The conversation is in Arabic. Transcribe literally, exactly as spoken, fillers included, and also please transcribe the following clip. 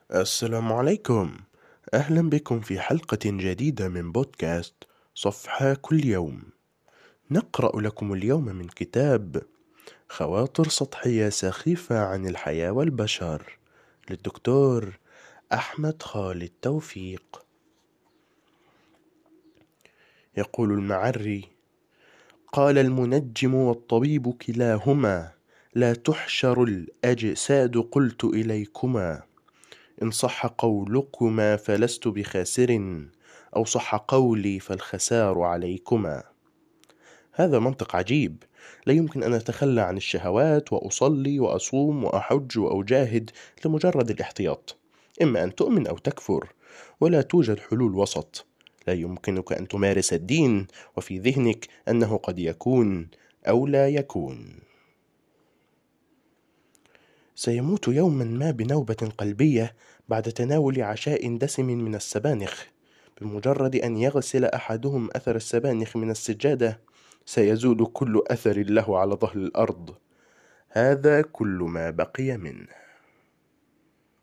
السلام عليكم. أهلا بكم في حلقة جديدة من بودكاست صفحة كل يوم. نقرأ لكم اليوم من كتاب خواطر سطحية سخيفة عن الحياة والبشر للدكتور أحمد خالد توفيق. يقول المعري: قال المنجم والطبيب كلاهما: لا تحشر الأجساد قلت إليكما، إن صح قولكما فلست بخاسر، أو صح قولي فالخسار عليكما. هذا منطق عجيب. لا يمكن أن أتخلى عن الشهوات وأصلي وأصوم وأحج وأجاهد لمجرد الاحتياط. إما أن تؤمن أو تكفر، ولا توجد حلول وسط. لا يمكنك أن تمارس الدين وفي ذهنك أنه قد يكون أو لا يكون. سيموت يوما ما بنوبة قلبية بعد تناول عشاء دسم من السبانخ. بمجرد أن يغسل أحدهم أثر السبانخ من السجادة سيزول كل أثر له على ظهر الأرض. هذا كل ما بقي منه.